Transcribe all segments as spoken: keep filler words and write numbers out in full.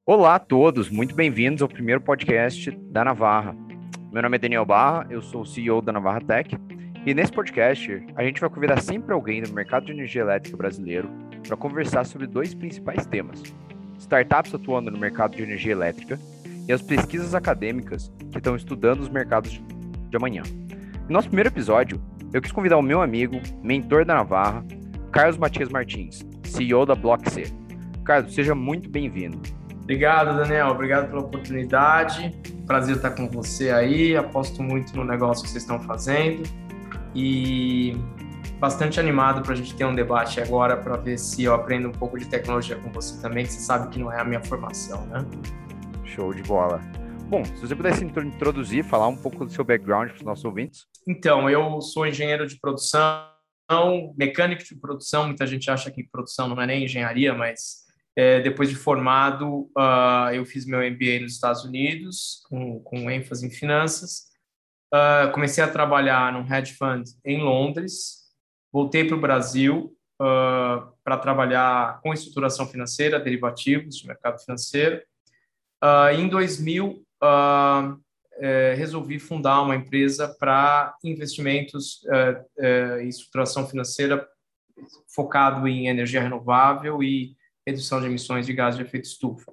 Olá a todos, muito bem-vindos ao primeiro podcast da Navarra. Meu nome é Daniel Barra, eu sou o C E O da Navarra Tech, e nesse podcast a gente vai convidar sempre alguém do mercado de energia elétrica brasileiro para conversar sobre dois principais temas: startups atuando no mercado de energia elétrica e as pesquisas acadêmicas que estão estudando os mercados de amanhã. No nosso primeiro episódio, eu quis convidar o meu amigo, mentor da Navarra, Carlos Matias Martins, C E O da Block C. Carlos, seja muito bem-vindo. Obrigado, Daniel. Obrigado pela oportunidade. Prazer estar com você aí. Aposto muito no negócio que vocês estão fazendo e bastante animado para a gente ter um debate agora para ver se eu aprendo um pouco de tecnologia com você também, que você sabe que não é a minha formação, né? Show de bola. Bom, se você pudesse introduzir, falar um pouco do seu background para os nossos ouvintes. Então, eu sou engenheiro de produção, mecânico de produção. Muita gente acha que produção não é nem engenharia, mas é, depois de formado, uh, eu fiz meu M B A nos Estados Unidos, com, com ênfase em finanças. Uh, comecei a trabalhar num hedge fund em Londres. Voltei para o Brasil uh, para trabalhar com estruturação financeira, derivativos de mercado financeiro. Uh, em dois mil, uh, eh, resolvi fundar uma empresa para investimentos uh, uh, em estruturação financeira focado em energia renovável e redução de emissões de gases de efeito estufa.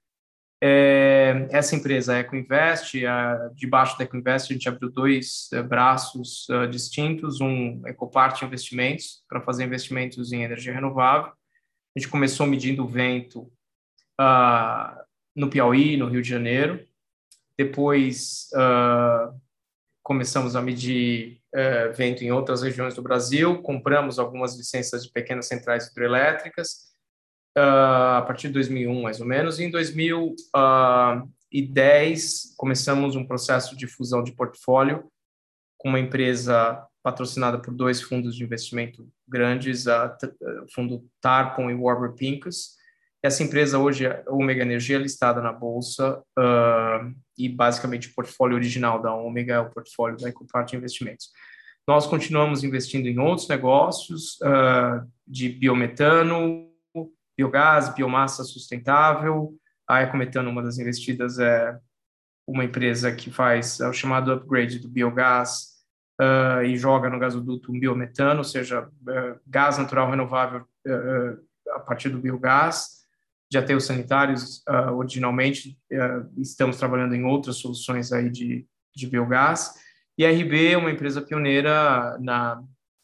É, essa empresa, a EcoInvest, a, debaixo da EcoInvest a gente abriu dois uh, braços uh, distintos, um Ecopart Investimentos, para fazer investimentos em energia renovável. A gente começou medindo o vento uh, no Piauí, no Rio de Janeiro. Depois uh, começamos a medir uh, vento em outras regiões do Brasil, compramos algumas licenças de pequenas centrais hidrelétricas, Uh, a partir de dois mil e um, mais ou menos. E em dois mil e dez, começamos um processo de fusão de portfólio com uma empresa patrocinada por dois fundos de investimento grandes, a, o fundo Tarpon e Warburg Pincus. Essa empresa hoje é a Ômega Energia, listada na Bolsa, uh, e basicamente o portfólio original da Ômega é o portfólio da Ecopart Investimentos. Nós continuamos investindo em outros negócios uh, de biometano, biogás, biomassa sustentável. A Ecometano, uma das investidas, é uma empresa que faz o chamado upgrade do biogás uh, e joga no gasoduto um biometano, ou seja, uh, gás natural renovável uh, a partir do biogás. De aterros sanitários, uh, originalmente, uh, estamos trabalhando em outras soluções aí de, de biogás. E a R B é uma empresa pioneira na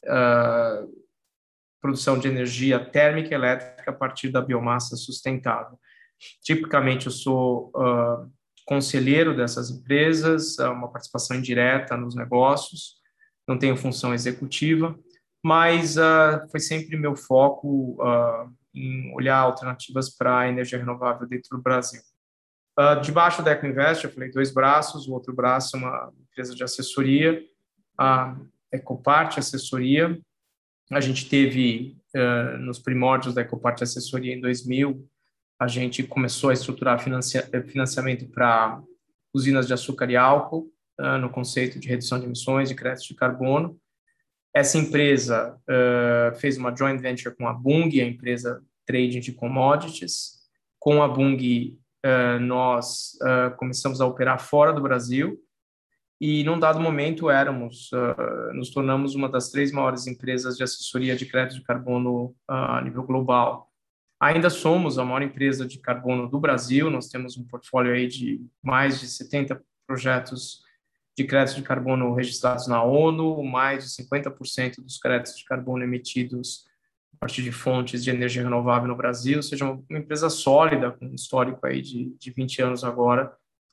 uh, produção de energia térmica e elétrica a partir da biomassa sustentável. Tipicamente, eu sou uh, conselheiro dessas empresas, uh, uma participação indireta nos negócios, não tenho função executiva, mas uh, foi sempre meu foco uh, em olhar alternativas para a energia renovável dentro do Brasil. Uh, debaixo da EcoInvest, eu falei dois braços, o outro braço é uma empresa de assessoria, a Ecopart Assessoria. A gente teve, uh, nos primórdios da Ecopart Assessoria, em dois mil, a gente começou a estruturar financia financiamento para usinas de açúcar e álcool, uh, no conceito de redução de emissões e créditos de carbono. Essa empresa uh, fez uma joint venture com a Bunge, a empresa trading de commodities. Com a Bunge, uh, nós uh, começamos a operar fora do Brasil, e, num dado momento, éramos, uh, nos tornamos uma das três maiores empresas de assessoria de crédito de carbono uh, a nível global. Ainda somos a maior empresa de carbono do Brasil, nós temos um portfólio aí de mais de setenta projetos de crédito de carbono registrados na ONU, mais de cinquenta por cento dos créditos de carbono emitidos a partir de fontes de energia renovável no Brasil, ou seja, uma empresa sólida, com um histórico aí de, de vinte anos agora,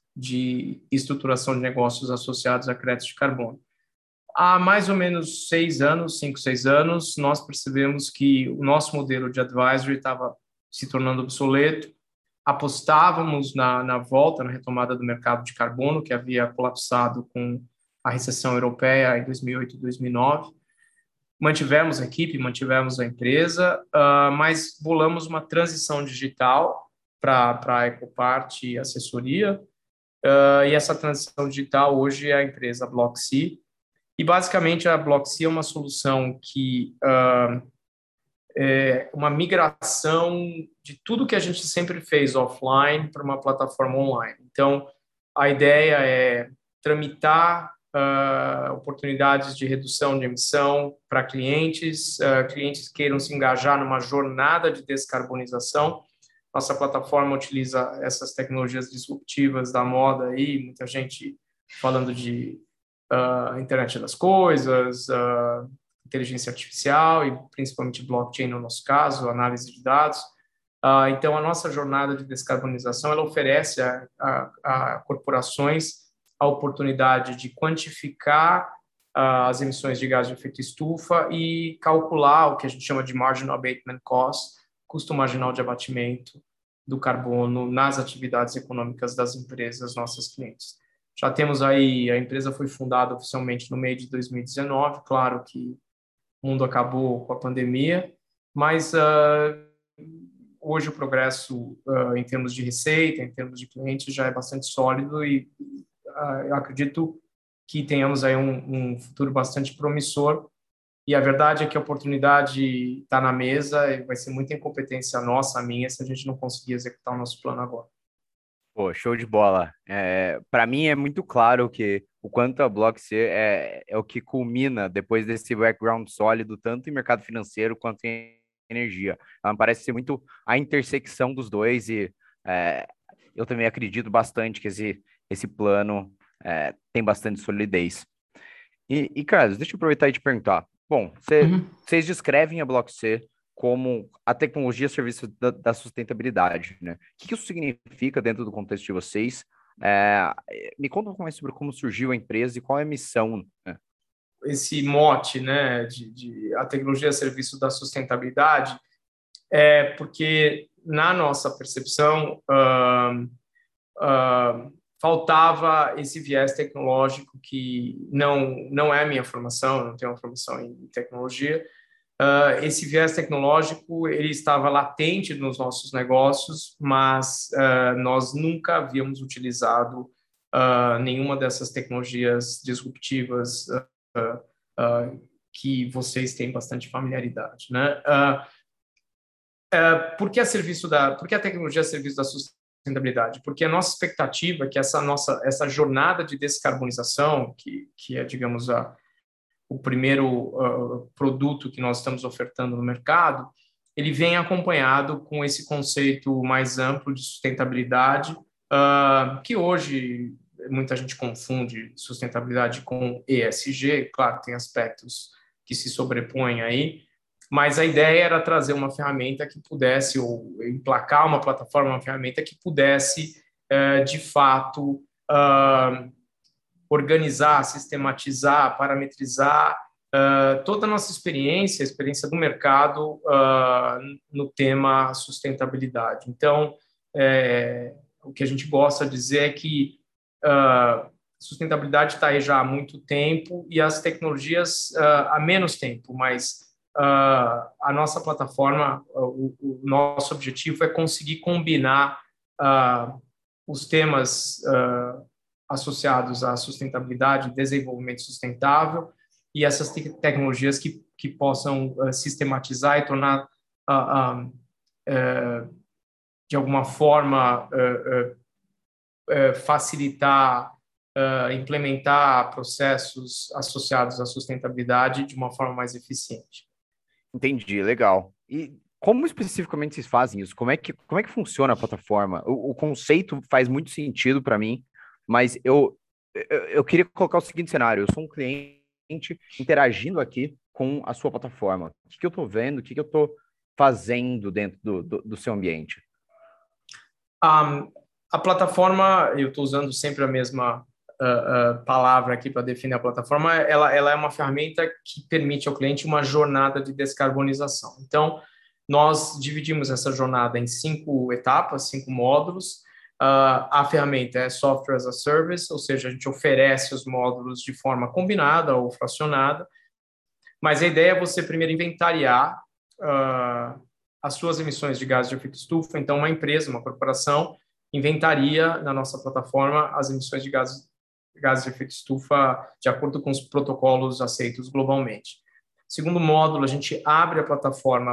de estruturação de negócios associados a créditos de carbono. Há mais ou menos seis anos, cinco, seis anos, nós percebemos que o nosso modelo de advisory estava se tornando obsoleto. Apostávamos na, na volta, na retomada do mercado de carbono, que havia colapsado com a recessão europeia em dois mil e oito e dois mil e nove. Mantivemos a equipe, mantivemos a empresa, uh, mas bolamos uma transição digital para a Ecopart e assessoria. Uh, e essa transição digital hoje é a empresa Block C. E, basicamente, a Block C é uma solução que uh, é, uma migração de tudo que a gente sempre fez offline para uma plataforma online. Então, a ideia é tramitar uh, oportunidades de redução de emissão para clientes, uh, clientes queiram se engajar numa jornada de descarbonização. Nossa plataforma utiliza essas tecnologias disruptivas da moda aí, muita gente falando de uh, internet das coisas, uh, inteligência artificial e principalmente blockchain no nosso caso, análise de dados. Uh, então, a nossa jornada de descarbonização ela oferece a, a, a corporações a oportunidade de quantificar uh, as emissões de gás de efeito estufa e calcular o que a gente chama de marginal abatement cost, custo marginal de abatimento do carbono nas atividades econômicas das empresas, nossas clientes. Já temos aí, a empresa foi fundada oficialmente no meio de dois mil e dezenove, claro que o mundo acabou com a pandemia, mas uh, hoje o progresso uh, em termos de receita, em termos de clientes, já é bastante sólido e uh, eu acredito que tenhamos aí um, um futuro bastante promissor. E a verdade é que a oportunidade está na mesa e vai ser muita incompetência nossa, minha, se a gente não conseguir executar o nosso plano agora. Pô, show de bola. É, para mim é muito claro que o quanto a BlockC é, é o que culmina depois desse background sólido, tanto em mercado financeiro quanto em energia. Ela me parece ser muito a intersecção dos dois e é, eu também acredito bastante que esse, esse plano é, tem bastante solidez. E, e, Carlos, deixa eu aproveitar e te perguntar. Bom, vocês Uhum. descrevem a BlockC como a tecnologia a serviço da, da sustentabilidade, né? O que, que isso significa dentro do contexto de vocês? É, me conta um pouco mais sobre como surgiu a empresa e qual é a missão, né? Esse mote, né, de, de a tecnologia a serviço da sustentabilidade, é porque, na nossa percepção, uh, uh, faltava esse viés tecnológico que não, não é a minha formação, eu não tenho uma formação em tecnologia. Uh, esse viés tecnológico ele estava latente nos nossos negócios, mas uh, nós nunca havíamos utilizado uh, nenhuma dessas tecnologias disruptivas uh, uh, que vocês têm bastante familiaridade, né? Uh, uh, por que a serviço da, por que a tecnologia é a serviço da sustentabilidade? Porque a nossa expectativa é que essa nossa essa jornada de descarbonização, que que é, digamos, a o primeiro uh, produto que nós estamos ofertando no mercado, ele vem acompanhado com esse conceito mais amplo de sustentabilidade, uh, que hoje muita gente confunde sustentabilidade com E S G, claro, tem aspectos que se sobrepõem aí, mas a ideia era trazer uma ferramenta que pudesse, ou emplacar uma plataforma, uma ferramenta que pudesse, uh, de fato, uh, organizar, sistematizar, parametrizar uh, toda a nossa experiência, a experiência do mercado uh, no tema sustentabilidade. Então, é, o que a gente gosta de dizer é que uh, sustentabilidade está aí já há muito tempo e as tecnologias uh, há menos tempo, mas uh, a nossa plataforma, uh, o, o nosso objetivo é conseguir combinar uh, os temas uh, associados à sustentabilidade, desenvolvimento sustentável e essas te tecnologias que, que possam uh, sistematizar e tornar, uh, uh, uh, de alguma forma, uh, uh, facilitar, uh, implementar processos associados à sustentabilidade de uma forma mais eficiente. Entendi, legal. E como especificamente vocês fazem isso? Como é que, como é que funciona a plataforma? O, o conceito faz muito sentido para mim, mas eu, eu, eu queria colocar o seguinte cenário: eu sou um cliente interagindo aqui com a sua plataforma. O que, que eu estou vendo? O que, que eu estou fazendo dentro do, do, do seu ambiente? Um, a plataforma, eu estou usando sempre a mesma uh, uh, palavra aqui para definir a plataforma, ela, ela é uma ferramenta que permite ao cliente uma jornada de descarbonização. Então, nós dividimos essa jornada em cinco etapas, cinco módulos. Uh, a ferramenta é Software as a Service, ou seja, a gente oferece os módulos de forma combinada ou fracionada, mas a ideia é você primeiro inventariar uh, as suas emissões de gases de efeito estufa. Então, uma empresa, uma corporação, inventaria na nossa plataforma as emissões de gases, gases de efeito estufa de acordo com os protocolos aceitos globalmente. Segundo módulo, a gente abre a plataforma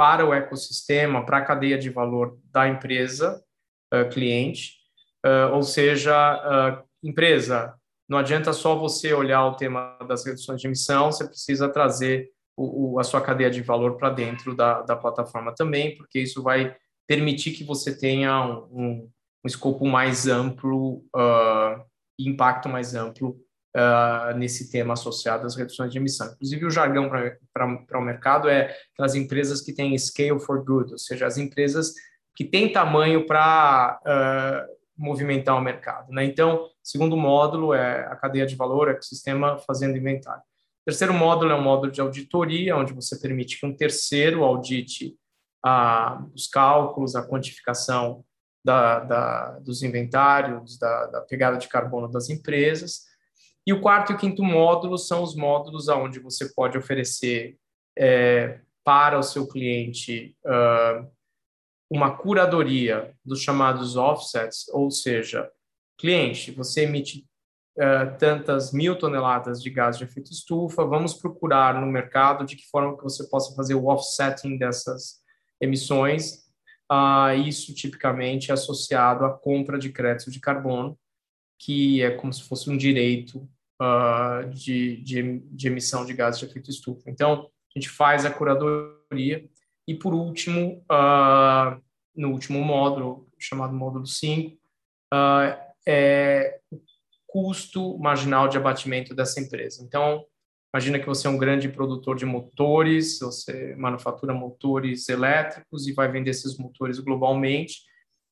para o ecossistema, para a cadeia de valor da empresa, uh, cliente, uh, ou seja, uh, empresa, não adianta só você olhar o tema das reduções de emissão, você precisa trazer o, o, a sua cadeia de valor para dentro da, da plataforma também, porque isso vai permitir que você tenha um, um, um escopo mais amplo uh, e impacto mais amplo uh, nesse tema associado às reduções de emissão. Inclusive, o jargão para o mercado é as empresas que têm scale for good, ou seja, as empresas que têm tamanho para uh, movimentar o mercado, né? Então, segundo módulo é a cadeia de valor, ecossistema fazendo inventário. O terceiro módulo é um módulo de auditoria, onde você permite que um terceiro audite ah, os cálculos, a quantificação da, da, dos inventários, da, da pegada de carbono das empresas. E o quarto e o quinto módulo são os módulos onde você pode oferecer é, para o seu cliente uh, uma curadoria dos chamados offsets, ou seja, cliente, você emite uh, tantas mil toneladas de gás de efeito estufa, vamos procurar no mercado de que forma que você possa fazer o offsetting dessas emissões. Uh, isso tipicamente é associado à compra de créditos de carbono, que é como se fosse um direito uh, de, de, de emissão de gases de efeito estufa. Então, a gente faz a curadoria. E, por último, uh, no último módulo, chamado módulo cinco, uh, é o custo marginal de abatimento dessa empresa. Então, imagina que você é um grande produtor de motores, você manufatura motores elétricos e vai vender esses motores globalmente.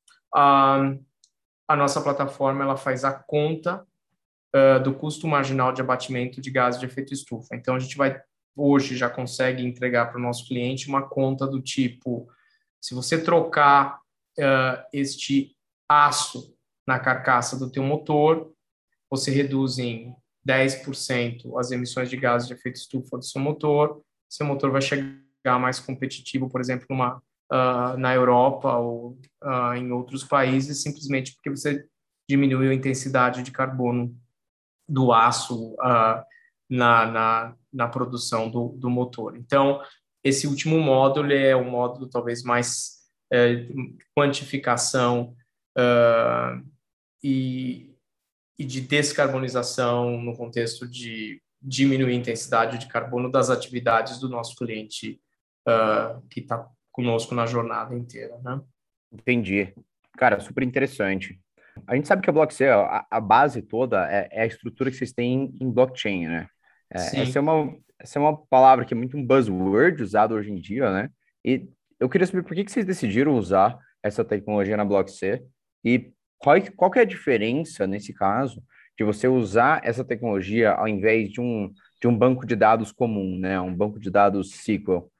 Uh, a nossa plataforma ela faz a conta uh, do custo marginal de abatimento de gases de efeito estufa. Então, a gente vai hoje já consegue entregar para o nosso cliente uma conta do tipo, se você trocar uh, este aço na carcaça do teu motor, você reduz em dez por cento as emissões de gases de efeito estufa do seu motor, seu motor vai chegar mais competitivo, por exemplo, numa, uh, na Europa ou uh, em outros países, simplesmente porque você diminuiu a intensidade de carbono do aço uh, na, na, na produção do, do motor. Então, esse último módulo é um módulo talvez mais é, quantificação uh, e, e de descarbonização no contexto de diminuir a intensidade de carbono das atividades do nosso cliente uh, que está conosco na jornada inteira, né? Entendi. Cara, super interessante. A gente sabe que a blockchain, a, a base toda é, é a estrutura que vocês têm em blockchain, né? É, essa é Sim. uma, essa é uma palavra que é muito um buzzword usado hoje em dia, né? E eu queria saber por que que vocês decidiram usar essa tecnologia na blockchain e qual, qual que é a diferença, nesse caso, de você usar essa tecnologia ao invés de um, de um banco de dados comum, né? Um banco de dados S Q L.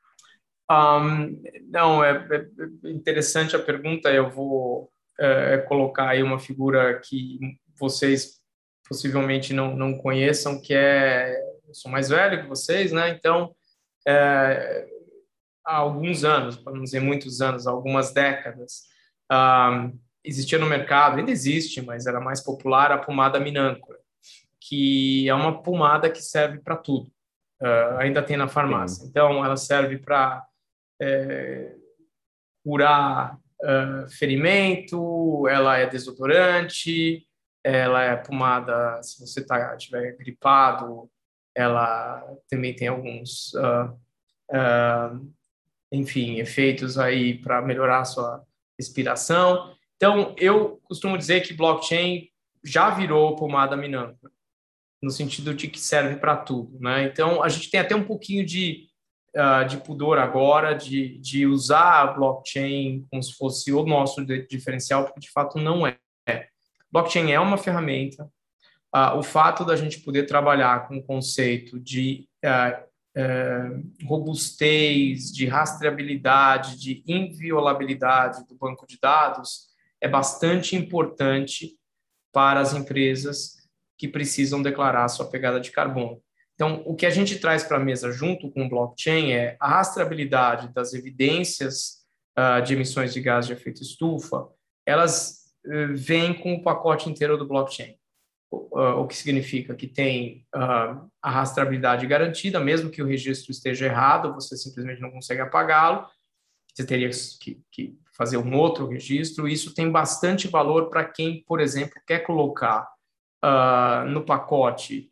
Um, não, é, é interessante a pergunta. Eu vou é, colocar aí uma figura que vocês possivelmente não, não conheçam, que é, eu sou mais velho que vocês, né? Então, é, há alguns anos, para não dizer muitos anos, algumas décadas, um, existia no mercado, ainda existe, mas era mais popular, a pomada Minâncora, que é uma pomada que serve para tudo. Uh, ainda tem na farmácia. Sim. Então, ela serve para é, curar uh, ferimento, ela é desodorante, ela é pomada, se você tá, tiver gripado, ela também tem alguns, uh, uh, enfim, efeitos aí para melhorar a sua respiração. Então, eu costumo dizer que blockchain já virou pomada Minâncora, no sentido de que serve para tudo, né? Então, a gente tem até um pouquinho de Uh, de pudor agora, de, de usar a blockchain como se fosse o nosso diferencial, porque de fato não é. Blockchain é uma ferramenta. Uh, o fato da gente poder trabalhar com o conceito de uh, uh, robustez, de rastreabilidade, de inviolabilidade do banco de dados é bastante importante para as empresas que precisam declarar a sua pegada de carbono. Então, o que a gente traz para a mesa junto com o blockchain é a rastreabilidade das evidências uh, de emissões de gás de efeito estufa, elas uh, vêm com o pacote inteiro do blockchain, uh, o que significa que tem uh, a rastreabilidade garantida, mesmo que o registro esteja errado, você simplesmente não consegue apagá-lo, você teria que, que fazer um outro registro. Isso tem bastante valor para quem, por exemplo, quer colocar uh, no pacote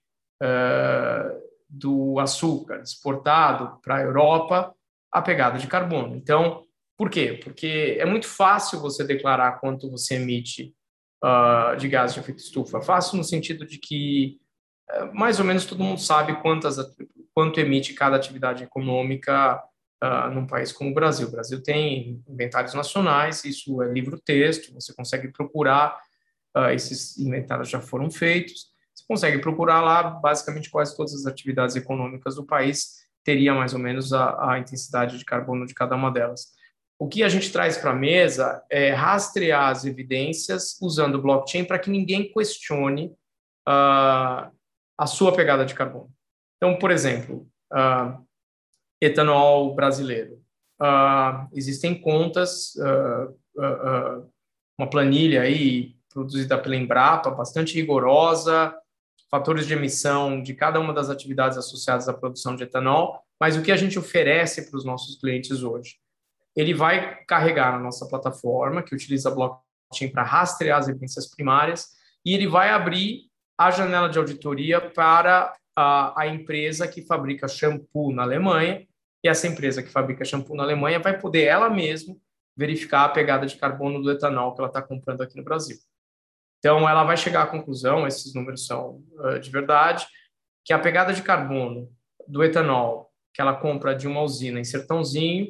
uh, do açúcar exportado para a Europa a pegada de carbono. Então, por quê? Porque é muito fácil você declarar quanto você emite uh, de gás de efeito estufa. Fácil no sentido de que uh, mais ou menos todo mundo sabe quantas, quanto emite cada atividade econômica uh, num país como o Brasil. O Brasil tem inventários nacionais, isso é livro-texto, você consegue procurar, uh, esses inventários já foram feitos, você consegue procurar lá basicamente quase todas as atividades econômicas do país, teria mais ou menos a, a intensidade de carbono de cada uma delas. O que a gente traz para a mesa é rastrear as evidências usando o blockchain para que ninguém questione uh, a sua pegada de carbono. Então, por exemplo, uh, etanol brasileiro. Uh, existem contas, uh, uh, uh, uma planilha aí produzida pela Embrapa, bastante rigorosa, fatores de emissão de cada uma das atividades associadas à produção de etanol, mas o que a gente oferece para os nossos clientes hoje? Ele vai carregar na nossa plataforma, que utiliza blockchain para rastrear as evidências primárias, e ele vai abrir a janela de auditoria para a, a empresa que fabrica shampoo na Alemanha, e essa empresa que fabrica shampoo na Alemanha vai poder ela mesma verificar a pegada de carbono do etanol que ela está comprando aqui no Brasil. Então, ela vai chegar à conclusão, esses números são uh, de verdade, que a pegada de carbono do etanol que ela compra de uma usina em Sertãozinho,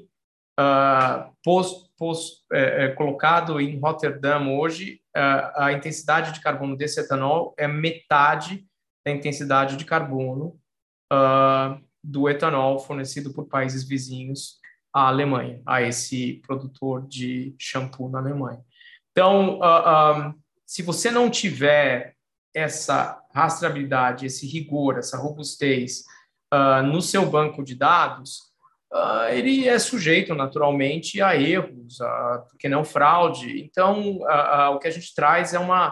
uh, post, post, é, é, colocado em Rotterdam hoje, uh, a intensidade de carbono desse etanol é metade da intensidade de carbono uh, do etanol fornecido por países vizinhos à Alemanha, a esse produtor de shampoo na Alemanha. Então, uh, um, se você não tiver essa rastreabilidade, esse rigor, essa robustez uh, no seu banco de dados, uh, ele é sujeito naturalmente a erros, a, porque não fraude. Então, uh, uh, o que a gente traz é uma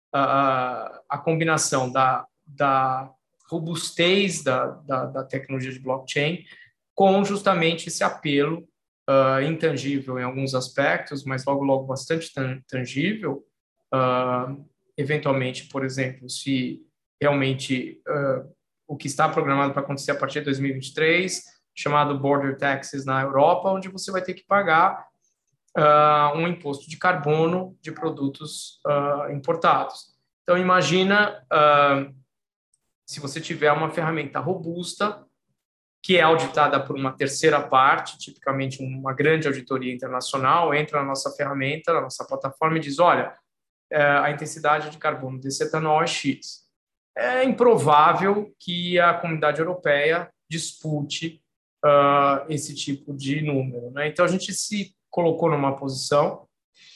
uh, a combinação da, da robustez da, da, da tecnologia de blockchain com justamente esse apelo uh, intangível em alguns aspectos, mas logo, logo bastante tangível. Uh, eventualmente, por exemplo, se realmente uh, o que está programado para acontecer a partir de dois mil e vinte e três, chamado Border Taxes na Europa, onde você vai ter que pagar uh, um imposto de carbono de produtos uh, importados. Então, imagina uh, se você tiver uma ferramenta robusta, que é auditada por uma terceira parte, tipicamente uma grande auditoria internacional, entra na nossa ferramenta, na nossa plataforma e diz, olha, a intensidade de carbono desse etanol é X. É improvável que a comunidade europeia dispute uh, esse tipo de número, né? Então, a gente se colocou numa posição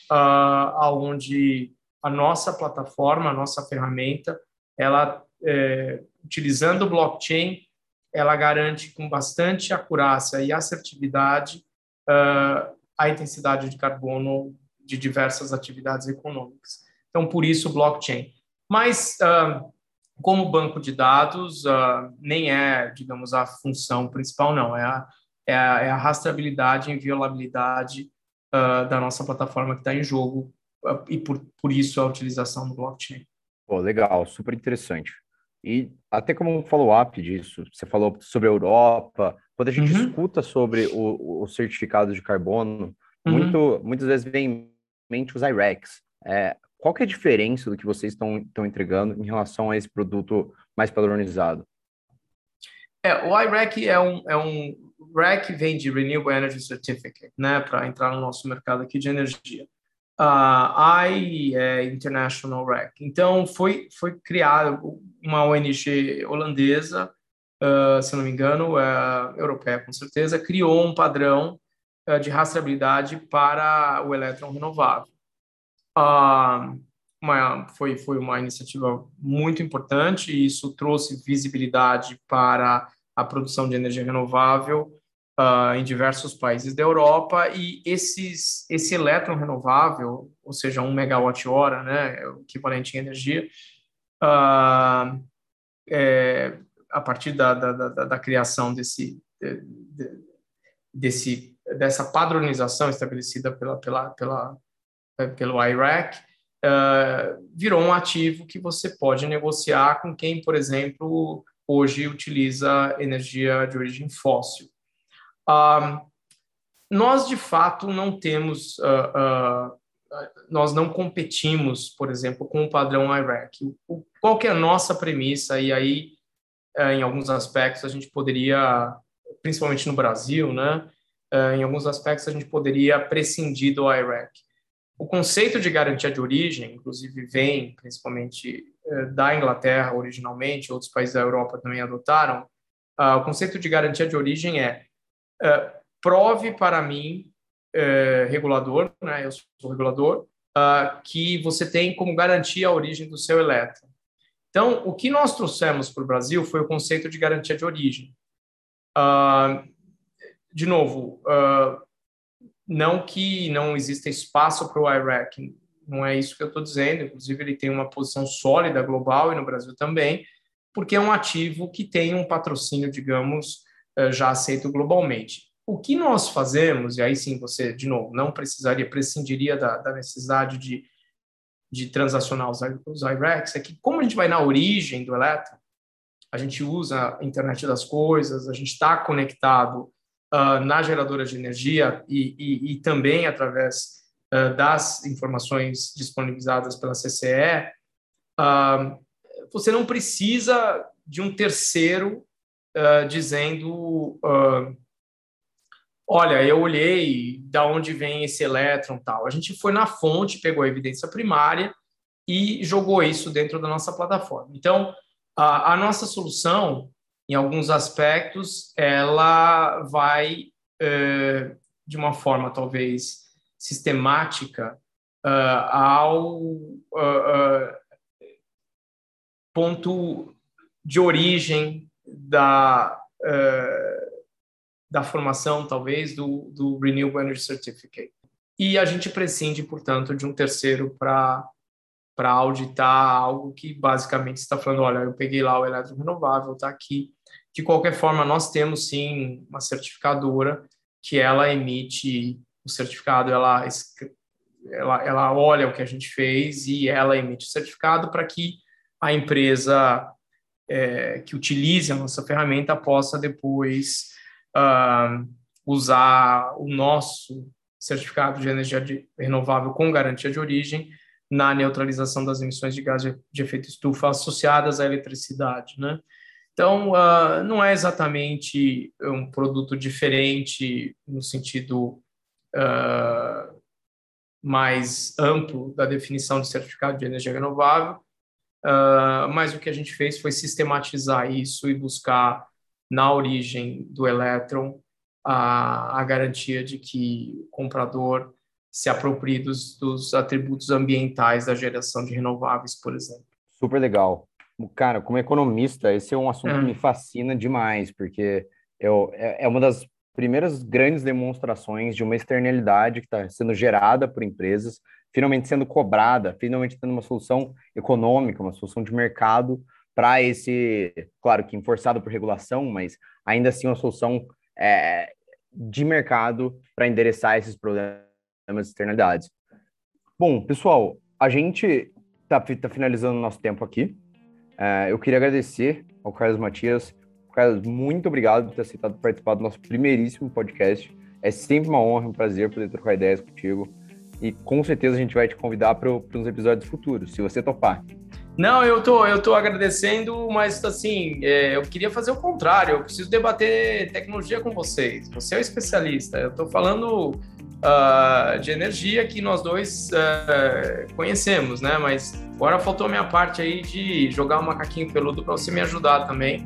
uh, onde a nossa plataforma, a nossa ferramenta, ela, é, utilizando o blockchain, ela garante com bastante acurácia e assertividade uh, a intensidade de carbono de diversas atividades econômicas. Então, por isso, o blockchain. Mas, uh, como banco de dados, uh, nem é, digamos, a função principal, não. É a, é a, é a rastreabilidade e inviolabilidade uh, da nossa plataforma que está em jogo, uh, e por, por isso a utilização do blockchain. Pô, legal, super interessante. E até como um follow-up disso, você falou sobre a Europa, quando a gente Uhum. escuta sobre o, o certificado de carbono, Uhum. muito, muitas vezes vem em mente os I R E Cs. É, qual que é a diferença do que vocês estão, estão entregando em relação a esse produto mais padronizado? É, o I R E C é um, é um R E C vem de Renewable Energy Certificate, né, para entrar no nosso mercado aqui de energia. Uh, I é International R E C. Então, foi, foi criado uma O N G holandesa, uh, se não me engano, uh, europeia com certeza, criou um padrão uh, de rastreabilidade para o elétron renovável. Uh, uma, foi, foi uma iniciativa muito importante e isso trouxe visibilidade para a produção de energia renovável Uh, em diversos países da Europa, e esses, esse elétron renovável, ou seja, um megawatt-hora, né, o equivalente em energia, uh, é, a partir da, da, da, da criação desse, de, desse dessa padronização estabelecida pela, pela, pela, pelo I R A C, uh, virou um ativo que você pode negociar com quem, por exemplo, hoje utiliza energia de origem fóssil. Uh, nós, de fato, não temos, uh, uh, nós não competimos, por exemplo, com o padrão I R A C. O, qual que é a nossa premissa? E aí, uh, em alguns aspectos, a gente poderia, principalmente no Brasil, né? Uh, em alguns aspectos, a gente poderia prescindir do I R A C. O conceito de garantia de origem, inclusive, vem principalmente uh, da Inglaterra originalmente, outros países da Europa também adotaram. Uh, o conceito de garantia de origem é uh, prove para mim, uh, regulador, né, eu sou regulador, uh, que você tem como garantia a origem do seu elétron. Então, o que nós trouxemos para o Brasil foi o conceito de garantia de origem. Uh, de novo, uh, não que não exista espaço para o I R A C, não é isso que eu estou dizendo, inclusive ele tem uma posição sólida global e no Brasil também, porque é um ativo que tem um patrocínio, digamos, já aceito globalmente. O que nós fazemos, e aí sim você, de novo, não precisaria, prescindiria da, da necessidade de, de transacionar os, os I R A Cs, é que como a gente vai na origem do elétron, a gente usa a internet das coisas, a gente está conectado Uh, na geradora de energia e, e, e também através uh, das informações disponibilizadas pela C C E, uh, você não precisa de um terceiro uh, dizendo uh, olha, eu olhei de onde vem esse elétron tal. A gente foi na fonte, pegou a evidência primária e jogou isso dentro da nossa plataforma. Então, a, a nossa solução, em alguns aspectos, ela vai, eh, de uma forma talvez sistemática, uh, ao uh, uh, ponto de origem da, uh, da formação, talvez, do, do Renewable Energy Certificate. E a gente prescinde, portanto, de um terceiro para para auditar algo que basicamente está falando, olha, eu peguei lá o elétron renovável, está aqui. De qualquer forma, nós temos sim uma certificadora que ela emite o certificado, ela, ela, ela olha o que a gente fez e ela emite o certificado para que a empresa é, que utilize a nossa ferramenta possa depois uh, usar o nosso certificado de energia de, renovável com garantia de origem na neutralização das emissões de gás de, de efeito estufa associadas à eletricidade, né? Então, uh, não é exatamente um produto diferente no sentido uh, mais amplo da definição de certificado de energia renovável, uh, mas o que a gente fez foi sistematizar isso e buscar na origem do elétron a, a garantia de que o comprador se aproprie dos, dos atributos ambientais da geração de renováveis, por exemplo. Super legal. Cara, como economista, esse é um assunto é. que me fascina demais, porque eu, é, é uma das primeiras grandes demonstrações de uma externalidade que está sendo gerada por empresas, finalmente sendo cobrada, finalmente tendo uma solução econômica, uma solução de mercado para esse, claro que enforçado por regulação, mas ainda assim uma solução é, de mercado para endereçar esses problemas de externalidades. Bom, pessoal, a gente está tá finalizando o nosso tempo aqui. Uh, eu queria agradecer ao Carlos Matias. Carlos, muito obrigado por ter aceitado participar do nosso primeiríssimo podcast. É sempre uma honra, um prazer poder trocar ideias contigo. E com certeza a gente vai te convidar para uns episódios futuros, se você topar. Não, eu tô, eu tô agradecendo, mas assim, é, eu queria fazer o contrário. Eu preciso debater tecnologia com vocês. Você é o especialista. Eu tô falando uh, de energia que nós dois uh, conhecemos, né? Mas agora faltou a minha parte aí de jogar um macaquinho peludo para você me ajudar também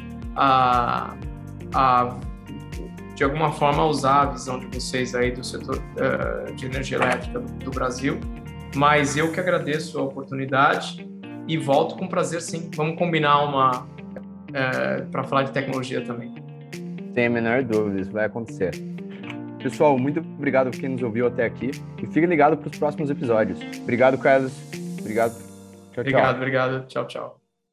a, a, de alguma forma, usar a visão de vocês aí do setor uh, de energia elétrica do, do Brasil. Mas eu que agradeço a oportunidade e volto com prazer, sim. Vamos combinar uma uh, para falar de tecnologia também. Sem a menor dúvida, isso vai acontecer. Pessoal, muito obrigado por quem nos ouviu até aqui e fique ligado para os próximos episódios. Obrigado, Carlos. Obrigado. Tchau, obrigado, tchau. obrigado. Tchau, tchau.